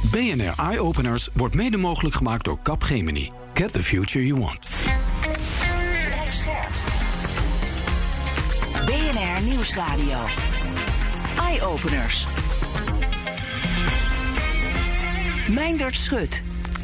BNR Eye Openers wordt mede mogelijk gemaakt door Capgemini. Get the future you want. Blijf scherp. BNR Nieuwsradio. Eye Openers. Meindert Schut.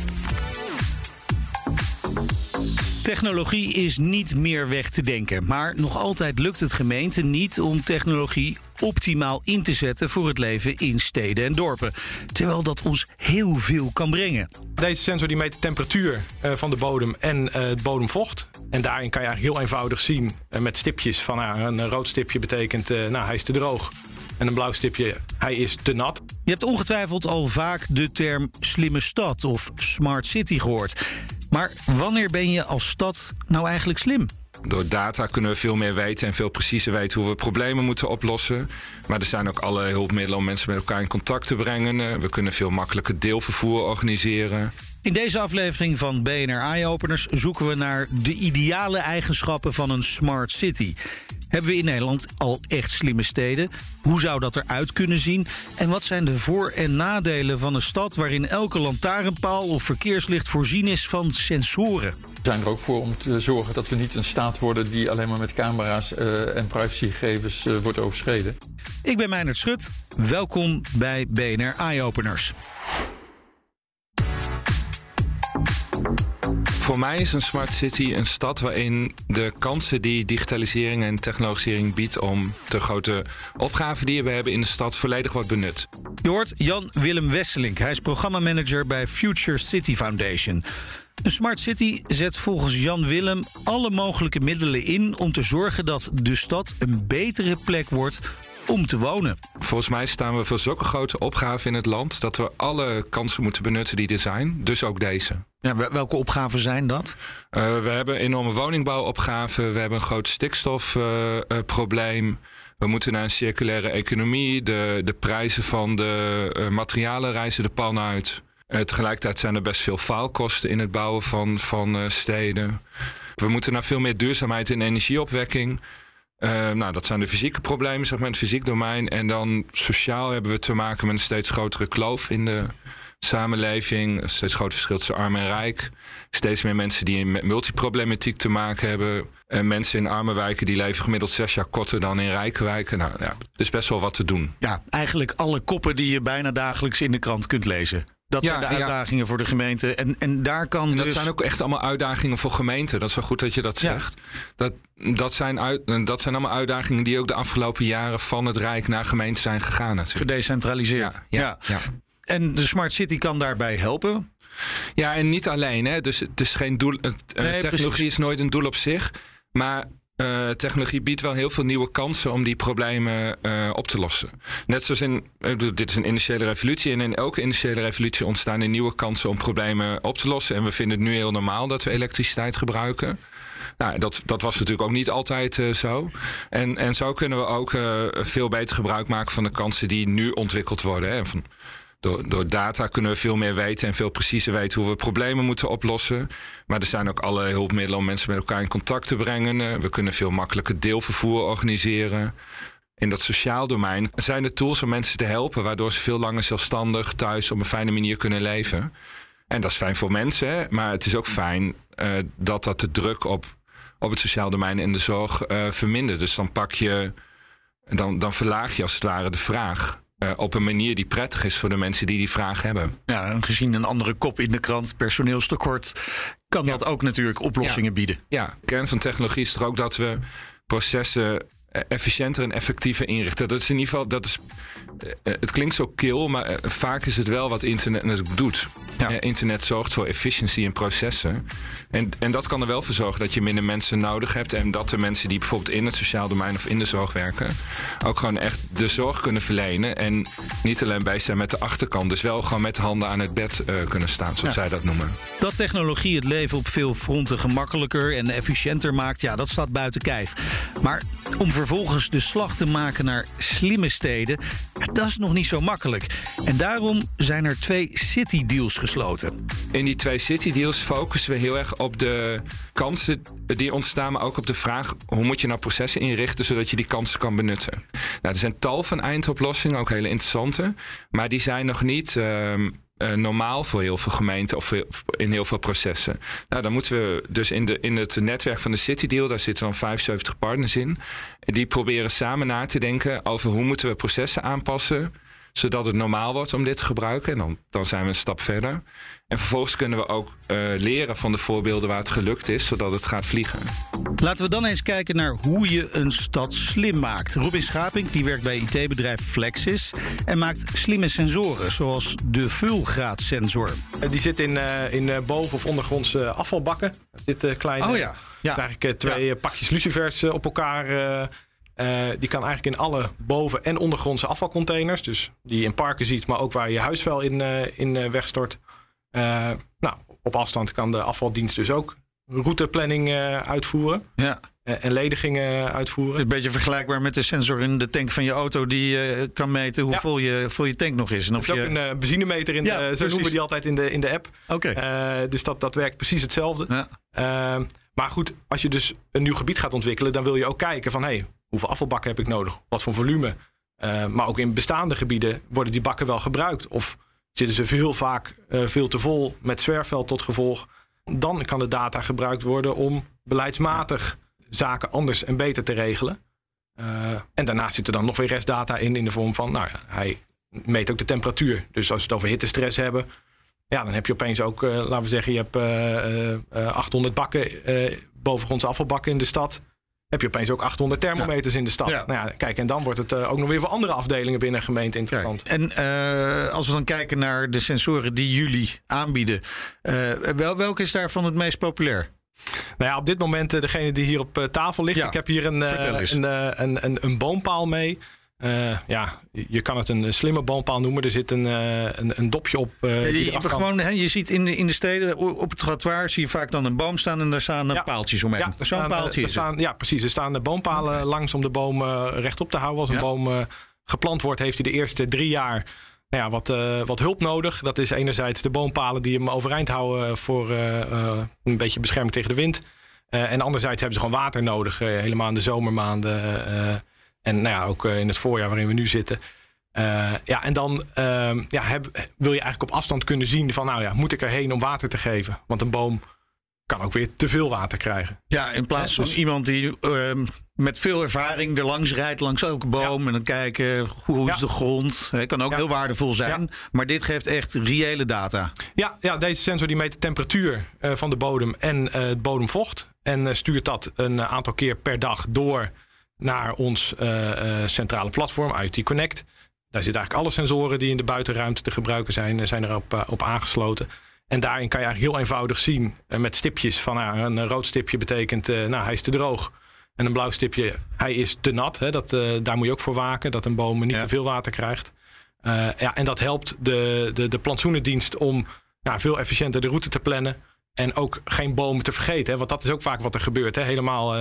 Technologie is niet meer weg te denken. Maar nog altijd lukt het gemeenten niet om technologie optimaal in te zetten voor het leven in steden en dorpen. Terwijl dat ons heel veel kan brengen. Deze sensor die meet de temperatuur van de bodem en het bodemvocht. En daarin kan je eigenlijk heel eenvoudig zien met stipjes van een rood stipje betekent hij is te droog. En een blauw stipje, hij is te nat. Je hebt ongetwijfeld al vaak de term slimme stad of smart city gehoord. Maar wanneer ben je als stad nou eigenlijk slim? Door data kunnen we veel meer weten en veel preciezer weten hoe we problemen moeten oplossen. Maar er zijn ook alle hulpmiddelen om mensen met elkaar in contact te brengen. We kunnen veel makkelijker deelvervoer organiseren. In deze aflevering van BNR Eye Openers zoeken we naar de ideale eigenschappen van een smart city. Hebben we in Nederland al echt slimme steden? Hoe zou dat eruit kunnen zien? En wat zijn de voor- en nadelen van een stad waarin elke lantaarnpaal of verkeerslicht voorzien is van sensoren? We zijn er ook voor om te zorgen dat we niet een staat worden die alleen maar met camera's en privacygegevens wordt overschreden. Ik ben Meindert Schut. Welkom bij BNR Eye Openers. Voor mij is een smart city een stad waarin de kansen die digitalisering en technologisering biedt om de grote opgaven die we hebben in de stad volledig wordt benut. Je hoort Jan-Willem Wesselink. Hij is programmamanager bij Future City Foundation. Een smart city zet volgens Jan-Willem alle mogelijke middelen in om te zorgen dat de stad een betere plek wordt om te wonen. Volgens mij staan we voor zulke grote opgaven in het land dat we alle kansen moeten benutten die er zijn, dus ook deze. Ja, welke opgaven zijn dat? We hebben enorme woningbouwopgaven, we hebben een groot stikstofprobleem. We moeten naar een circulaire economie. De prijzen van de materialen reizen de pan uit. Tegelijkertijd zijn er best veel faalkosten in het bouwen van steden. We moeten naar veel meer duurzaamheid in energieopwekking. Dat zijn de fysieke problemen, zeg maar, in het fysiek domein. En dan sociaal hebben we te maken met een steeds grotere kloof in de samenleving. Een steeds groter verschil tussen arm en rijk. Steeds meer mensen die met multiproblematiek te maken hebben. Mensen in arme wijken die leven gemiddeld 6 jaar korter dan in rijke wijken. Er is best wel wat te doen. Ja, eigenlijk alle koppen die je bijna dagelijks in de krant kunt lezen. Dat zijn de uitdagingen voor de gemeente. En daar kan en dat zijn ook echt allemaal uitdagingen voor gemeenten. Dat is wel goed dat je dat zegt. Dat zijn allemaal uitdagingen die ook de afgelopen jaren van het Rijk naar gemeenten zijn gegaan. Natuurlijk. Gedecentraliseerd. Ja. En de smart city kan daarbij helpen? Ja, en niet alleen. Hè. Dus het is geen doel. Technologie is nooit een doel op zich. Maar technologie biedt wel heel veel nieuwe kansen om die problemen op te lossen. Net zoals dit is een industriële revolutie. En in elke industriële revolutie ontstaan er nieuwe kansen om problemen op te lossen. En we vinden het nu heel normaal dat we elektriciteit gebruiken. Nou, dat was natuurlijk ook niet altijd zo. En zo kunnen we ook veel beter gebruik maken van de kansen die nu ontwikkeld worden. Hè. Door data kunnen we veel meer weten en veel preciezer weten hoe we problemen moeten oplossen. Maar er zijn ook alle hulpmiddelen om mensen met elkaar in contact te brengen. We kunnen veel makkelijker deelvervoer organiseren. In dat sociaal domein zijn er tools om mensen te helpen, waardoor ze veel langer zelfstandig thuis op een fijne manier kunnen leven. En dat is fijn voor mensen, hè? Maar het is ook fijn dat de druk op het sociaal domein en de zorg vermindert. Dus dan verlaag je als het ware de vraag op een manier die prettig is voor de mensen die vraag hebben. Ja, en gezien een andere kop in de krant, personeelstekort, kan dat ook natuurlijk oplossingen bieden. Ja, kern van technologie is er ook dat we processen efficiënter en effectiever inrichten. Dat is in ieder geval, het klinkt zo kil, maar vaak is het wel wat internet doet. Ja. Internet zorgt voor efficiëntie in processen. En dat kan er wel voor zorgen dat je minder mensen nodig hebt. En dat de mensen die bijvoorbeeld in het sociaal domein of in de zorg werken ook gewoon echt de zorg kunnen verlenen. En niet alleen bezig zijn met de achterkant. Dus wel gewoon met handen aan het bed kunnen staan, zoals zij dat noemen. Dat technologie het leven op veel fronten gemakkelijker en efficiënter maakt, ja, dat staat buiten kijf. Maar om vervolgens de slag te maken naar slimme steden, dat is nog niet zo makkelijk. En daarom zijn er 2 city deals gesloten. In die 2 city deals focussen we heel erg op de kansen die ontstaan, maar ook op de vraag hoe moet je nou processen inrichten zodat je die kansen kan benutten. Nou, er zijn tal van eindoplossingen, ook hele interessante, maar die zijn nog niet normaal voor heel veel gemeenten of in heel veel processen. Nou, dan moeten we dus in het netwerk van de City Deal, daar zitten dan 75 partners in. Die proberen samen na te denken over hoe moeten we processen aanpassen, zodat het normaal wordt om dit te gebruiken. En dan zijn we een stap verder. En vervolgens kunnen we ook leren van de voorbeelden waar het gelukt is, zodat het gaat vliegen. Laten we dan eens kijken naar hoe je een stad slim maakt. Robin Schaping die werkt bij IT-bedrijf Flexis en maakt slimme sensoren, zoals de vulgraadsensor. Die zit in boven- of ondergrondse afvalbakken. Er zitten kleine, Oh ja. het is eigenlijk 2 pakjes lucifers op elkaar. Die kan eigenlijk in alle boven- en ondergrondse afvalcontainers. Dus die je in parken ziet, maar ook waar je huisvuil in wegstort. Nou, op afstand kan de afvaldienst dus ook routeplanning uitvoeren. Ja. En ledigingen uitvoeren. Een beetje vergelijkbaar met de sensor in de tank van je auto die kan meten hoe vol je tank nog is. En of er is ook een benzinemeter in zo noemen we die altijd in de app. Okay. Dus dat werkt precies hetzelfde. Ja. Maar goed, als je dus een nieuw gebied gaat ontwikkelen, dan wil je ook kijken van hoeveel afvalbakken heb ik nodig? Wat voor volume? Maar ook in bestaande gebieden worden die bakken wel gebruikt. Of zitten ze heel vaak veel te vol met zwerfvuil tot gevolg. Dan kan de data gebruikt worden om beleidsmatig zaken anders en beter te regelen. En daarnaast zit er dan nog weer restdata in de vorm van, hij meet ook de temperatuur. Dus als we het over hittestress hebben, dan heb je opeens ook, laten we zeggen, je hebt 800 bakken, bovengrondse afvalbakken in de stad. Heb je opeens ook 800 thermometers in de stad. Ja. Nou ja, kijk, en dan wordt het ook nog weer voor andere afdelingen binnen een gemeente interessant. Kijk, en als we dan kijken naar de sensoren die jullie aanbieden, welke is daarvan het meest populair? Nou ja, op dit moment degene die hier op tafel ligt. Ja, ik heb hier een boompaal mee. Je kan het een slimme boompaal noemen. Er zit een dopje op. Je ziet in de steden op het trottoir zie je vaak dan een boom staan en daar staan paaltjes omheen. Ja, zo'n paaltje is het. Ja, precies. Er staan boompalen langs om de boom rechtop te houden. Als een boom geplant wordt, heeft hij de eerste 3 jaar wat hulp nodig. Dat is enerzijds de boompalen die hem overeind houden voor een beetje bescherming tegen de wind. En anderzijds hebben ze gewoon water nodig. Helemaal in de zomermaanden. En ook in het voorjaar waarin we nu zitten. En dan wil je eigenlijk op afstand kunnen zien van moet ik erheen om water te geven? Want een boom kan ook weer te veel water krijgen. Ja, in plaats van iemand die met veel ervaring er langs rijdt, langs elke boom. En dan kijken hoe is de grond. Het kan ook heel waardevol zijn. Ja. Maar dit geeft echt reële data. Ja, deze sensor die meet de temperatuur van de bodem en het bodemvocht. En stuurt dat een aantal keer per dag door naar ons centrale platform, IoT Connect. Daar zitten eigenlijk alle sensoren die in de buitenruimte te gebruiken zijn erop aangesloten. En daarin kan je eigenlijk heel eenvoudig zien met stipjes van een rood stipje betekent hij is te droog. En een blauw stipje, hij is te nat. Hè, daar moet je ook voor waken, dat een boom niet te veel water krijgt. En dat helpt de plantsoenendienst om veel efficiënter de route te plannen. En ook geen bomen te vergeten. Hè? Want dat is ook vaak wat er gebeurt. Hè? Helemaal,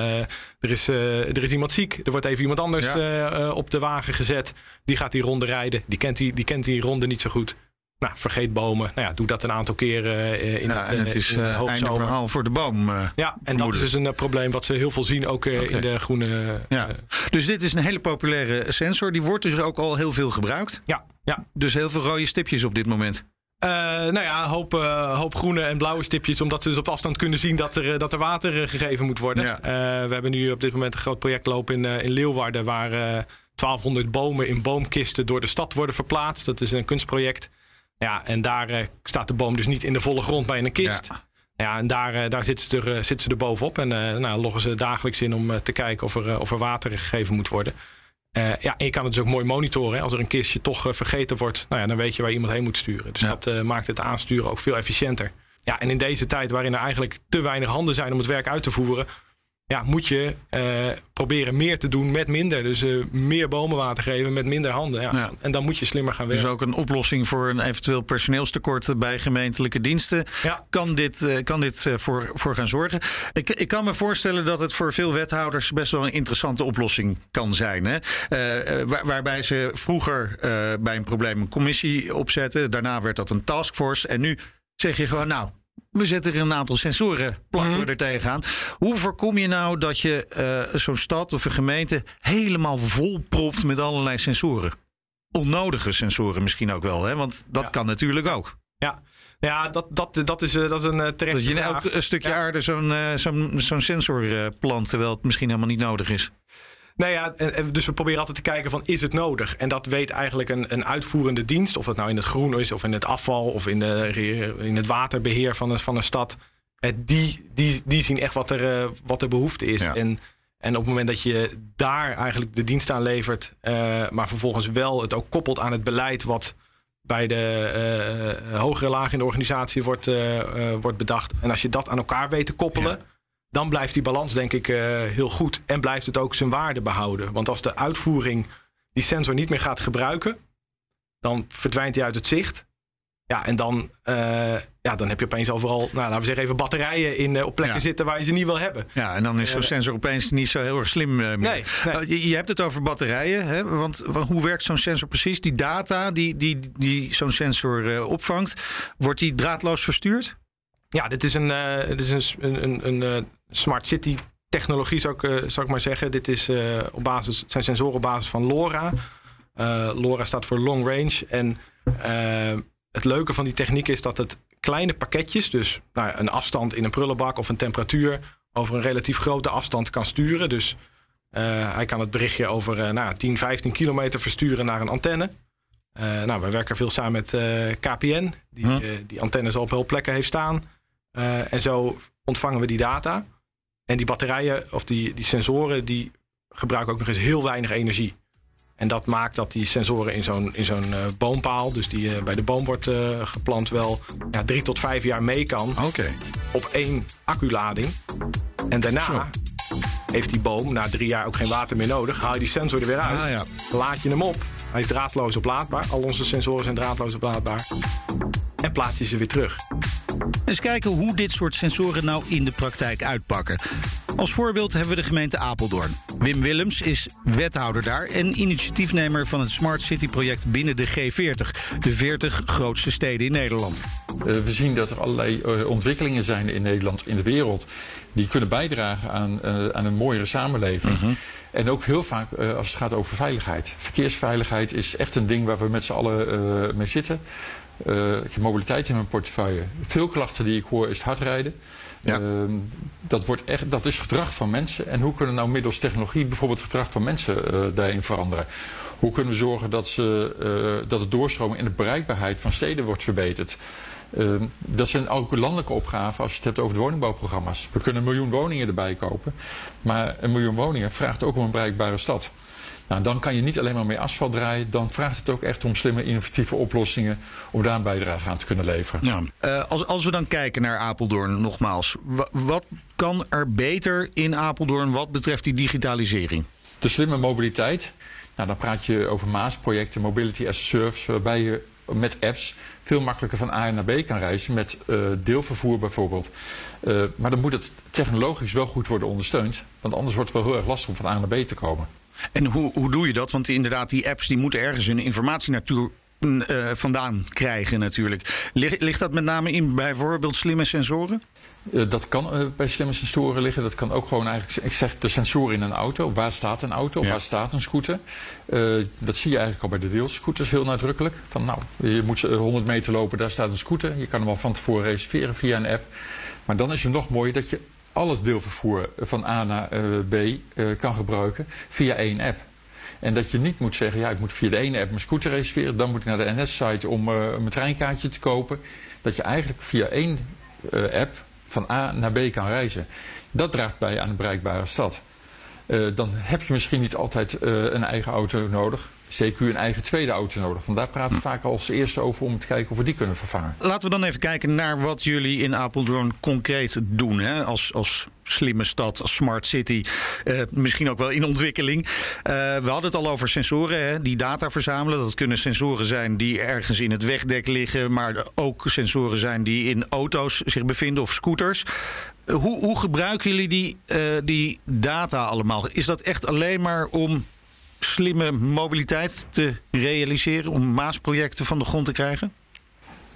er is iemand ziek. Er wordt even iemand anders op de wagen gezet. Die gaat die ronde rijden. Die kent die ronde niet zo goed. Vergeet bomen. Doe dat een aantal keer in het is einde verhaal voor de boom. En dat is dus een probleem wat ze heel veel zien. Ook in de groene... Dus dit is een hele populaire sensor. Die wordt dus ook al heel veel gebruikt. Ja. Dus heel veel rode stipjes op dit moment. Hoop groene en blauwe stipjes. Omdat ze dus op afstand kunnen zien dat er water gegeven moet worden. Ja. We hebben nu op dit moment een groot project lopen in Leeuwarden. Waar 1200 bomen in boomkisten door de stad worden verplaatst. Dat is een kunstproject. Ja, en daar staat de boom dus niet in de volle grond, maar in een kist. Ja, en daar zitten ze er bovenop. En loggen ze dagelijks in om te kijken of er water gegeven moet worden. En je kan het dus ook mooi monitoren. Hè. Als er een kistje toch vergeten wordt, dan weet je waar je iemand heen moet sturen. Dus dat maakt het aansturen ook veel efficiënter. Ja, en in deze tijd waarin er eigenlijk te weinig handen zijn om het werk uit te voeren, moet je proberen meer te doen met minder. Dus meer bomenwater geven met minder handen. Ja. En dan moet je slimmer gaan werken. Dus ook een oplossing voor een eventueel personeelstekort bij gemeentelijke diensten. Ja. Kan dit voor gaan zorgen? Ik kan me voorstellen dat het voor veel wethouders best wel een interessante oplossing kan zijn. Hè? Waarbij ze vroeger bij een probleem een commissie opzetten. Daarna werd dat een taskforce. En nu zeg je gewoon we zetten er een aantal sensoren, plakken we er tegenaan. Hoe voorkom je nou dat je zo'n stad of een gemeente helemaal volpropt met allerlei sensoren? onnodige sensoren misschien ook wel, hè? Want dat kan natuurlijk ook. Ja, dat is een terechte Dat je in vraag. elk stukje aarde zo'n sensor plant, terwijl het misschien helemaal niet nodig is. Nou ja, dus we proberen altijd te kijken van, is het nodig? En dat weet eigenlijk een uitvoerende dienst, of het nou in het groen is, of in het afval, of in het waterbeheer van een stad. Die zien echt wat er behoefte is. Ja. En op het moment dat je daar eigenlijk de dienst aan levert, maar vervolgens wel het ook koppelt aan het beleid wat bij de hogere laag in de organisatie wordt bedacht. En als je dat aan elkaar weet te koppelen, dan blijft die balans denk ik heel goed. En blijft het ook zijn waarde behouden. Want als de uitvoering die sensor niet meer gaat gebruiken, dan verdwijnt hij uit het zicht. Ja, en dan heb je opeens overal, laten we zeggen even batterijen op plekken zitten waar je ze niet wil hebben. Ja, en dan is zo'n sensor opeens niet zo heel erg slim meer. Nee. Je hebt het over batterijen, hè? Want hoe werkt zo'n sensor precies? Die data die zo'n sensor opvangt, wordt die draadloos verstuurd? Ja, dit is een smart city technologie, zou ik maar zeggen. Dit is zijn sensoren op basis van LoRa. LoRa staat voor long range. En het leuke van die techniek is dat het kleine pakketjes, dus een afstand in een prullenbak of een temperatuur, over een relatief grote afstand kan sturen. Dus hij kan het berichtje over 10, 15 kilometer versturen naar een antenne. Wij werken veel samen met KPN, die antennes al op heel plekken heeft staan. En zo ontvangen we die data. En die batterijen of die sensoren die gebruiken ook nog eens heel weinig energie. En dat maakt dat die sensoren in zo'n boompaal, dus die bij de boom wordt geplant, wel 3 tot 5 jaar mee kan. Op 1 acculading. En daarna heeft die boom na 3 jaar ook geen water meer nodig. Haal je die sensor er weer uit, laad je hem op. Hij is draadloos oplaadbaar. Al onze sensoren zijn draadloos oplaadbaar. En plaats je ze weer terug. Eens kijken hoe dit soort sensoren nou in de praktijk uitpakken. Als voorbeeld hebben we de gemeente Apeldoorn. Wim Willems is wethouder daar en initiatiefnemer van het Smart City project binnen de G40. De 40 grootste steden in Nederland. We zien dat er allerlei ontwikkelingen zijn in Nederland, in de wereld, die kunnen bijdragen aan een mooiere samenleving. Mm-hmm. En ook heel vaak als het gaat over veiligheid. Verkeersveiligheid is echt een ding waar we met z'n allen mee zitten. Ik heb mobiliteit in mijn portefeuille. Veel klachten die ik hoor is hardrijden. Ja. Dat is gedrag van mensen. En hoe kunnen nou middels technologie bijvoorbeeld het gedrag van mensen daarin veranderen? Hoe kunnen we zorgen dat de doorstroming en de bereikbaarheid van steden wordt verbeterd? Dat zijn ook landelijke opgaven als je het hebt over de woningbouwprogramma's. We kunnen 1 miljoen woningen erbij kopen. Maar 1 miljoen woningen vraagt ook om een bereikbare stad. Nou, dan kan je niet alleen maar mee asfalt draaien. Dan vraagt het ook echt om slimme, innovatieve oplossingen om daar een bijdrage aan te kunnen leveren. Ja. Als we dan kijken naar Apeldoorn, nogmaals. Wat kan er beter in Apeldoorn wat betreft die digitalisering? De slimme mobiliteit. Nou, dan praat je over MAAS-projecten, Mobility as a Service, waarbij je met apps veel makkelijker van A naar B kan reizen. Met deelvervoer bijvoorbeeld. Maar dan moet het technologisch wel goed worden ondersteund. Want anders wordt het wel heel erg lastig om van A naar B te komen. En hoe doe je dat? Want inderdaad, die apps die moeten ergens hun informatie vandaan krijgen natuurlijk. Ligt dat met name in bijvoorbeeld slimme sensoren? Dat kan bij slimme sensoren liggen. Dat kan ook gewoon eigenlijk, ik zeg de sensoren in een auto. Waar staat een auto? Ja. Waar staat een scooter? Dat zie je eigenlijk al bij de deelscooters heel nadrukkelijk. Van je moet 100 meter lopen, daar staat een scooter. Je kan hem al van tevoren reserveren via een app. Maar dan is het nog mooier dat je al het deelvervoer van A naar B kan gebruiken via 1 app. En dat je niet moet zeggen, ik moet via de ene app mijn scooter reserveren. Dan moet ik naar de NS-site om mijn treinkaartje te kopen. Dat je eigenlijk via 1 app van A naar B kan reizen. Dat draagt bij aan een bereikbare stad. Dan heb je misschien niet altijd een eigen auto nodig. CQ een eigen tweede auto nodig. Want daar praten we vaak als eerste over om te kijken of we die kunnen vervangen. Laten we dan even kijken naar wat jullie in Apeldoorn concreet doen. Hè? Als slimme stad, als smart city. Misschien ook wel in ontwikkeling. We hadden het al over sensoren, hè? Die data verzamelen. Dat kunnen sensoren zijn die ergens in het wegdek liggen. Maar ook sensoren zijn die in auto's zich bevinden of scooters. Hoe gebruiken jullie die data allemaal? Is dat echt alleen maar om slimme mobiliteit te realiseren, om MAAS-projecten van de grond te krijgen?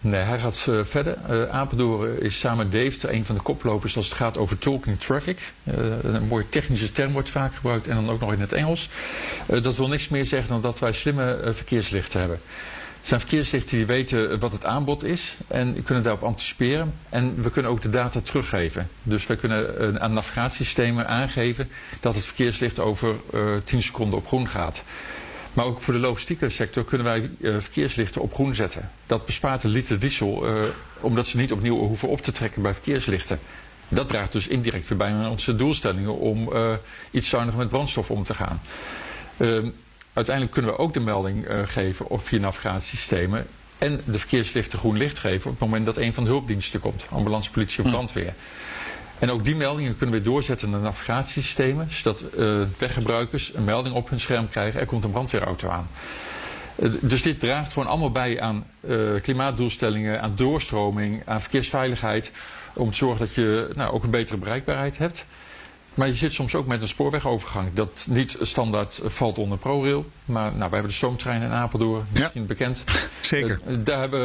Nee, hij gaat verder. Apeldoorn is samen met Dave een van de koplopers als het gaat over talking traffic. Een mooie technische term wordt vaak gebruikt en dan ook nog in het Engels. Dat wil niks meer zeggen dan dat wij slimme verkeerslichten hebben. Het zijn verkeerslichten die weten wat het aanbod is en kunnen daarop anticiperen. En we kunnen ook de data teruggeven. Dus we kunnen aan navigatiesystemen aangeven dat het verkeerslicht over 10 seconden op groen gaat. Maar ook voor de logistieke sector kunnen wij verkeerslichten op groen zetten. Dat bespaart een liter diesel, omdat ze niet opnieuw hoeven op te trekken bij verkeerslichten. Dat draagt dus indirect weer bij aan onze doelstellingen om iets zuiniger met brandstof om te gaan. Uiteindelijk kunnen we ook de melding geven via navigatiesystemen en de verkeerslichten groen licht geven op het moment dat een van de hulpdiensten komt, ambulance, politie of brandweer. En ook die meldingen kunnen we doorzetten naar navigatiesystemen, zodat weggebruikers een melding op hun scherm krijgen. Er komt een brandweerauto aan. Dus dit draagt gewoon allemaal bij aan klimaatdoelstellingen, aan doorstroming, aan verkeersveiligheid. Om te zorgen dat je ook een betere bereikbaarheid hebt. Maar je zit soms ook met een spoorwegovergang dat niet standaard valt onder ProRail. Maar we hebben de stoomtrein in Apeldoorn, misschien bekend. Zeker. Daar hebben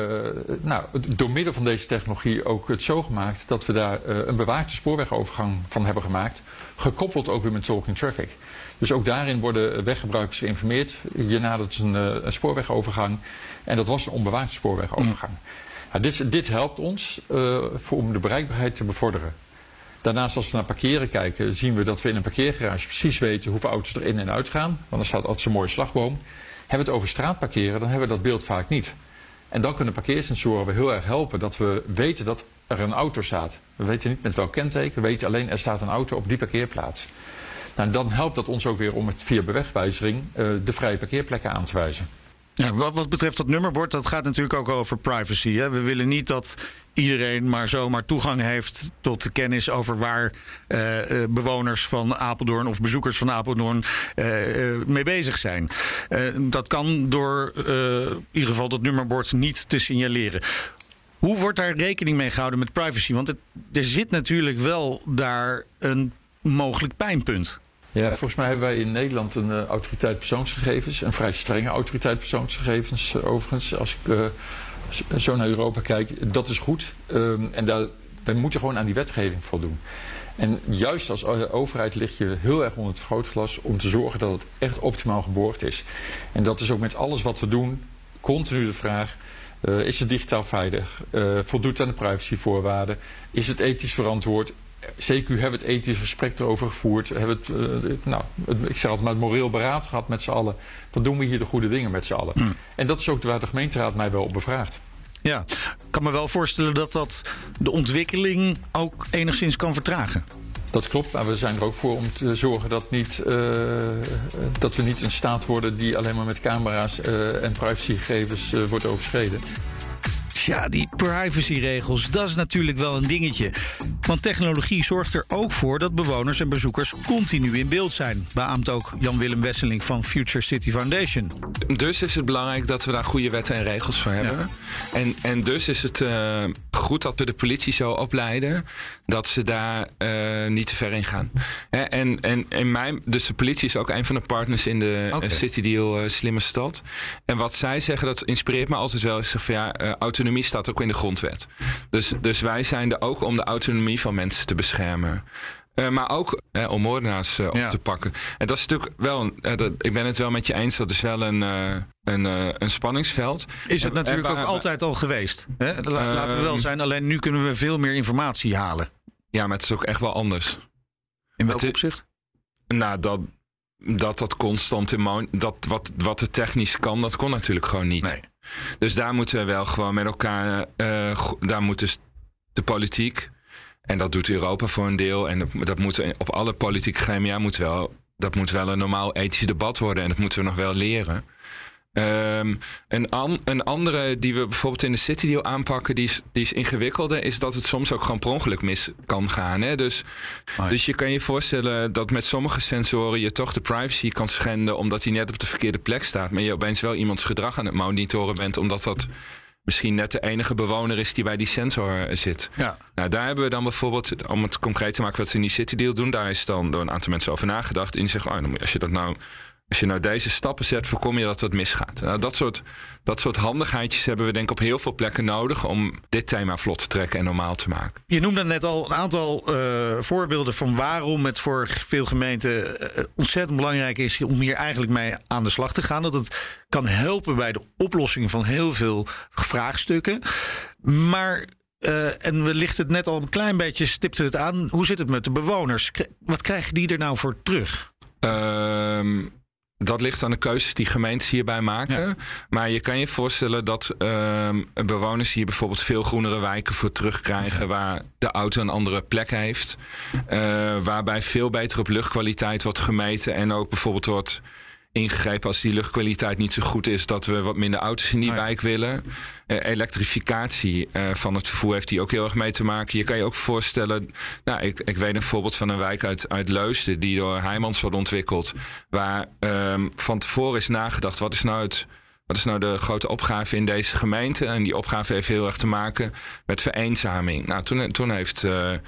we door middel van deze technologie ook het zo gemaakt dat we daar een bewaakte spoorwegovergang van hebben gemaakt. Gekoppeld ook weer met talking traffic. Dus ook daarin worden weggebruikers geïnformeerd. Je nadert een spoorwegovergang en dat was een onbewaakte spoorwegovergang. Dit helpt ons om de bereikbaarheid te bevorderen. Daarnaast, als we naar parkeren kijken, zien we dat we in een parkeergarage precies weten hoeveel auto's er in en uit gaan. Want er staat altijd zo'n mooie slagboom. Hebben we het over straatparkeren, dan hebben we dat beeld vaak niet. En dan kunnen parkeersensoren we heel erg helpen dat we weten dat er een auto staat. We weten niet met welk kenteken, we weten alleen er staat een auto op die parkeerplaats. Nou, dan helpt dat ons ook weer om het via bewegwijzering de vrije parkeerplekken aan te wijzen. Ja, wat betreft dat nummerbord, dat gaat natuurlijk ook over privacy. Hè? We willen niet dat iedereen maar zomaar toegang heeft tot de kennis over waar bewoners van Apeldoorn of bezoekers van Apeldoorn mee bezig zijn. Dat kan door in ieder geval dat nummerbord niet te signaleren. Hoe wordt daar rekening mee gehouden met privacy? Want er zit natuurlijk wel daar een mogelijk pijnpunt. Ja, volgens mij hebben wij in Nederland een autoriteit persoonsgegevens. Een vrij strenge autoriteit persoonsgegevens overigens. Als ik zo naar Europa kijk, dat is goed. En wij moeten gewoon aan die wetgeving voldoen. En juist als overheid lig je heel erg onder het vergrootglas om te zorgen dat het echt optimaal geborgd is. En dat is ook met alles wat we doen continu de vraag. Is het digitaal veilig? Voldoet aan de privacyvoorwaarden? Is het ethisch verantwoord? CQ hebben het ethisch gesprek erover gevoerd. Hebben ik zeg altijd maar het moreel beraad gehad met z'n allen. Wat doen we hier de goede dingen met z'n allen? En dat is ook waar de gemeenteraad mij wel op bevraagt. Ja, ik kan me wel voorstellen dat de ontwikkeling ook enigszins kan vertragen. Dat klopt, maar we zijn er ook voor om te zorgen dat we niet een staat worden die alleen maar met camera's en privacygegevens wordt overschreden. Ja, die privacyregels, dat is natuurlijk wel een dingetje. Want technologie zorgt er ook voor dat bewoners en bezoekers continu in beeld zijn. Beaamt ook Jan-Willem Wesseling van Future City Foundation. Dus is het belangrijk dat we daar goede wetten en regels voor hebben. Ja. En dus is het goed dat we de politie zo opleiden dat ze daar niet te ver in gaan. Dus de politie is ook een van de partners in de City Deal Slimme Stad. En wat zij zeggen, dat inspireert me altijd wel. Is van autonomie staat ook in de grondwet. Dus wij zijn er ook om de autonomie van mensen te beschermen. Maar ook om moordenaars op te pakken. En dat is natuurlijk wel, ik ben het wel met je eens, dat is wel een spanningsveld. Is het natuurlijk ook altijd al geweest. Hè? Laten we wel zijn, alleen nu kunnen we veel meer informatie halen. Ja, maar het is ook echt wel anders. In welk opzicht? Nou, dat constant wat er technisch kan, dat kon natuurlijk gewoon niet. Nee. Dus daar moeten we wel gewoon met elkaar, daar moet dus de politiek, en dat doet Europa voor een deel, en dat moet op alle politieke gremia moet wel een normaal ethisch debat worden, en dat moeten we nog wel leren. Een andere die we bijvoorbeeld in de City Deal aanpakken, die is ingewikkelder, is dat het soms ook gewoon per ongeluk mis kan gaan. Hè? Dus je kan je voorstellen dat met sommige sensoren je toch de privacy kan schenden omdat hij net op de verkeerde plek staat, maar je opeens wel iemands gedrag aan het monitoren bent, omdat dat misschien net de enige bewoner is die bij die sensor zit. Ja. Nou, daar hebben we dan bijvoorbeeld, om het concreet te maken wat ze in die City Deal doen, daar is dan door een aantal mensen over nagedacht. En die zeggen, als je dat nou Als je nou deze stappen zet, voorkom je dat het misgaat. Nou, dat soort handigheidjes hebben we denk ik op heel veel plekken nodig om dit thema vlot te trekken en normaal te maken. Je noemde net al een aantal voorbeelden van waarom het voor veel gemeenten ontzettend belangrijk is om hier eigenlijk mee aan de slag te gaan. Dat het kan helpen bij de oplossing van heel veel vraagstukken. Maar en we lichten het net al een klein beetje, stipten het aan. Hoe zit het met de bewoners? Wat krijgen die er nou voor terug? Dat ligt aan de keuzes die gemeentes hierbij maken. Ja. Maar je kan je voorstellen dat bewoners hier bijvoorbeeld veel groenere wijken voor terugkrijgen. Ja. Waar de auto een andere plek heeft. Waarbij veel beter op luchtkwaliteit wordt gemeten. En ook bijvoorbeeld wordt ingegrepen als die luchtkwaliteit niet zo goed is, dat we wat minder auto's in die wijk willen. Elektrificatie van het vervoer heeft die ook heel erg mee te maken. Je kan je ook voorstellen, nou, ik weet een voorbeeld van een wijk uit Leusden die door Heijmans wordt ontwikkeld, waar van tevoren is nagedacht, wat is nou de grote opgave in deze gemeente? En die opgave heeft heel erg te maken met vereenzaming. Nou, toen heeft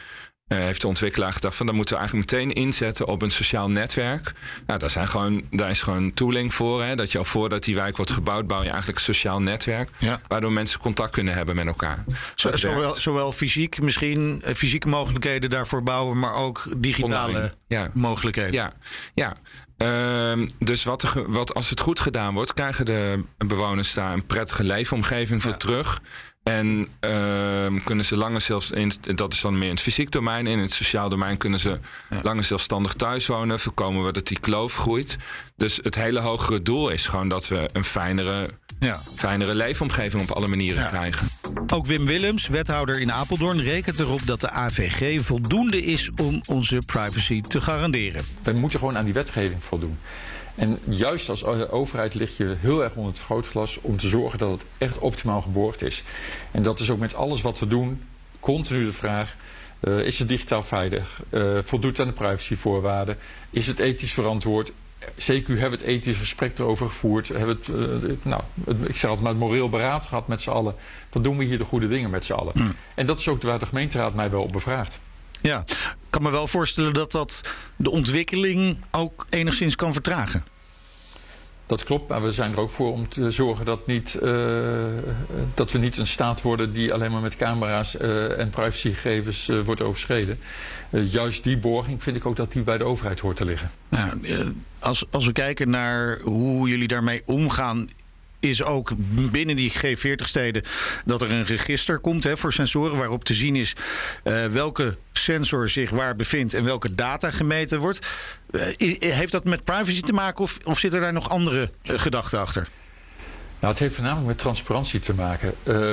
de ontwikkelaar gedacht van, dan moeten we eigenlijk meteen inzetten op een sociaal netwerk. Nou, daar is gewoon tooling voor. Hè, dat je al voordat die wijk wordt gebouwd, bouw je eigenlijk een sociaal netwerk. Ja. Waardoor mensen contact kunnen hebben met elkaar. Zowel fysieke mogelijkheden daarvoor bouwen, maar ook digitale mogelijkheden. Ja. Dus als het goed gedaan wordt, krijgen de bewoners daar een prettige leefomgeving voor terug. En kunnen ze langer zelfs, dat is dan meer in het fysiek domein. In het sociaal domein kunnen ze langer zelfstandig thuis wonen. Voorkomen we dat die kloof groeit. Dus het hele hogere doel is gewoon dat we een fijnere leefomgeving op alle manieren krijgen. Ook Wim Willems, wethouder in Apeldoorn, rekent erop dat de AVG voldoende is om onze privacy te garanderen. We moeten gewoon aan die wetgeving voldoen. En juist als overheid lig je heel erg onder het vergrootglas om te zorgen dat het echt optimaal geborgd is. En dat is ook met alles wat we doen continu de vraag, is het digitaal veilig? Voldoet het aan de privacyvoorwaarden? Is het ethisch verantwoord? CQ hebben het ethisch gesprek erover gevoerd. Hebben ik zeg altijd maar het moreel beraad gehad met z'n allen. Wat doen we hier de goede dingen met z'n allen? En dat is ook waar de gemeenteraad mij wel op bevraagt. Ja, ik kan me wel voorstellen dat de ontwikkeling ook enigszins kan vertragen. Dat klopt, maar we zijn er ook voor om te zorgen dat we niet een staat worden die alleen maar met camera's en privacygegevens wordt overschreden. Juist die borging vind ik ook dat die bij de overheid hoort te liggen. Nou, als we kijken naar hoe jullie daarmee omgaan, is ook binnen die G40-steden dat er een register komt voor sensoren waarop te zien is welke sensor zich waar bevindt en welke data gemeten wordt. Heeft dat met privacy te maken of zitten daar nog andere gedachten achter? Nou, het heeft voornamelijk met transparantie te maken.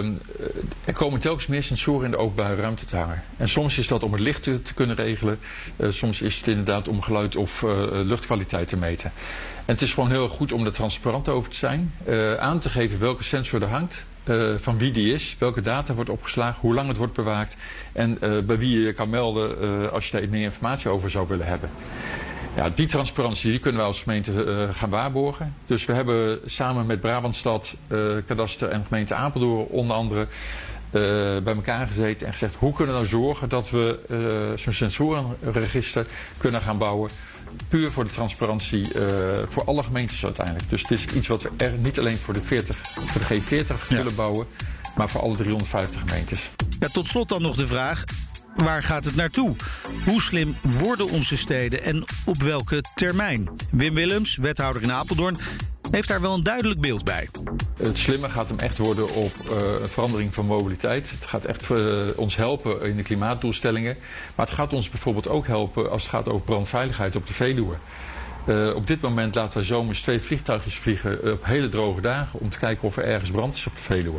Er komen telkens meer sensoren in de openbare ruimte te hangen. En soms is dat om het licht te kunnen regelen. Soms is het inderdaad om geluid of luchtkwaliteit te meten. En het is gewoon heel goed om er transparant over te zijn. Aan te geven welke sensor er hangt. Van wie die is, welke data wordt opgeslagen, hoe lang het wordt bewaakt. En bij wie je kan melden als je daar meer informatie over zou willen hebben. Ja, die transparantie die kunnen wij als gemeente gaan waarborgen. Dus we hebben samen met Brabantstad, Kadaster en gemeente Apeldoorn onder andere bij elkaar gezeten en gezegd, hoe kunnen we nou zorgen dat we zo'n sensorenregister kunnen gaan bouwen. Puur voor de transparantie voor alle gemeentes uiteindelijk. Dus het is iets wat we niet alleen voor de G40 willen bouwen, maar voor alle 350 gemeentes. Ja, tot slot dan nog de vraag, waar gaat het naartoe? Hoe slim worden onze steden en op welke termijn? Wim Willems, wethouder in Apeldoorn, heeft daar wel een duidelijk beeld bij. Het slimme gaat hem echt worden op verandering van mobiliteit. Het gaat echt ons helpen in de klimaatdoelstellingen. Maar het gaat ons bijvoorbeeld ook helpen als het gaat over brandveiligheid op de Veluwe. Op dit moment laten we zomers 2 vliegtuigjes vliegen op hele droge dagen om te kijken of er ergens brand is op de Veluwe.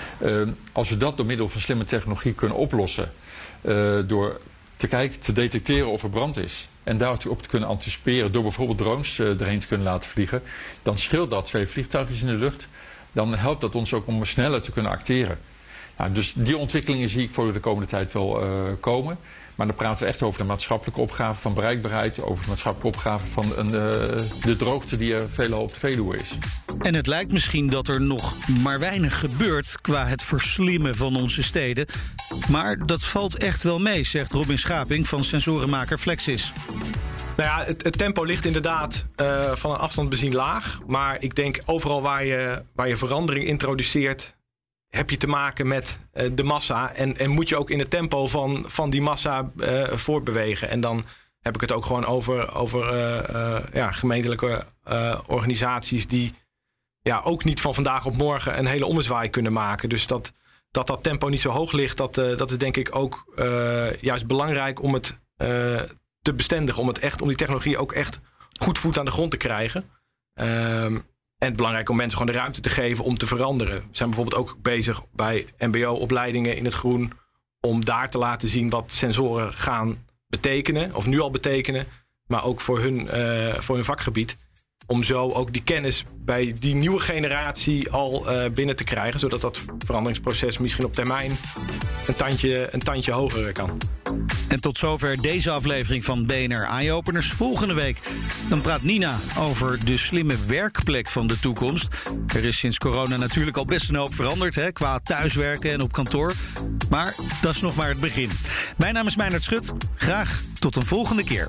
Als we dat door middel van slimme technologie kunnen oplossen, door te detecteren of er brand is en daarop te kunnen anticiperen door bijvoorbeeld drones erheen te kunnen laten vliegen, dan scheelt dat 2 vliegtuigjes in de lucht. Dan helpt dat ons ook om sneller te kunnen acteren. Nou, dus die ontwikkelingen zie ik voor de komende tijd wel komen. Maar dan praten we echt over de maatschappelijke opgave van bereikbaarheid, over de maatschappelijke opgave van de droogte die er veelal op de Veluwe is. En het lijkt misschien dat er nog maar weinig gebeurt qua het verslimmen van onze steden. Maar dat valt echt wel mee, zegt Robin Schaping van sensorenmaker Flexis. Nou ja, het tempo ligt inderdaad van een afstand bezien laag. Maar ik denk overal waar je verandering introduceert, heb je te maken met de massa. En moet je ook in het tempo van die massa voortbewegen. En dan heb ik het ook gewoon over gemeentelijke organisaties die ook niet van vandaag op morgen een hele ommezwaai kunnen maken. Dus dat tempo niet zo hoog ligt, dat is denk ik ook juist belangrijk om het te bestendigen. Om die technologie ook echt goed voet aan de grond te krijgen. En belangrijk om mensen gewoon de ruimte te geven om te veranderen. We zijn bijvoorbeeld ook bezig bij mbo-opleidingen in het groen om daar te laten zien wat sensoren gaan betekenen, of nu al betekenen, maar ook voor hun vakgebied. Om zo ook die kennis bij die nieuwe generatie al binnen te krijgen, zodat dat veranderingsproces misschien op termijn een tandje hoger kan. En tot zover deze aflevering van BNR Eye-Openers. Volgende week dan praat Nina over de slimme werkplek van de toekomst. Er is sinds corona natuurlijk al best een hoop veranderd, qua thuiswerken en op kantoor. Maar dat is nog maar het begin. Mijn naam is Meindert Schut. Graag tot een volgende keer.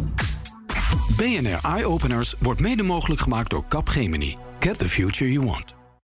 BNR Eye Openers wordt mede mogelijk gemaakt door Capgemini. Get the future you want.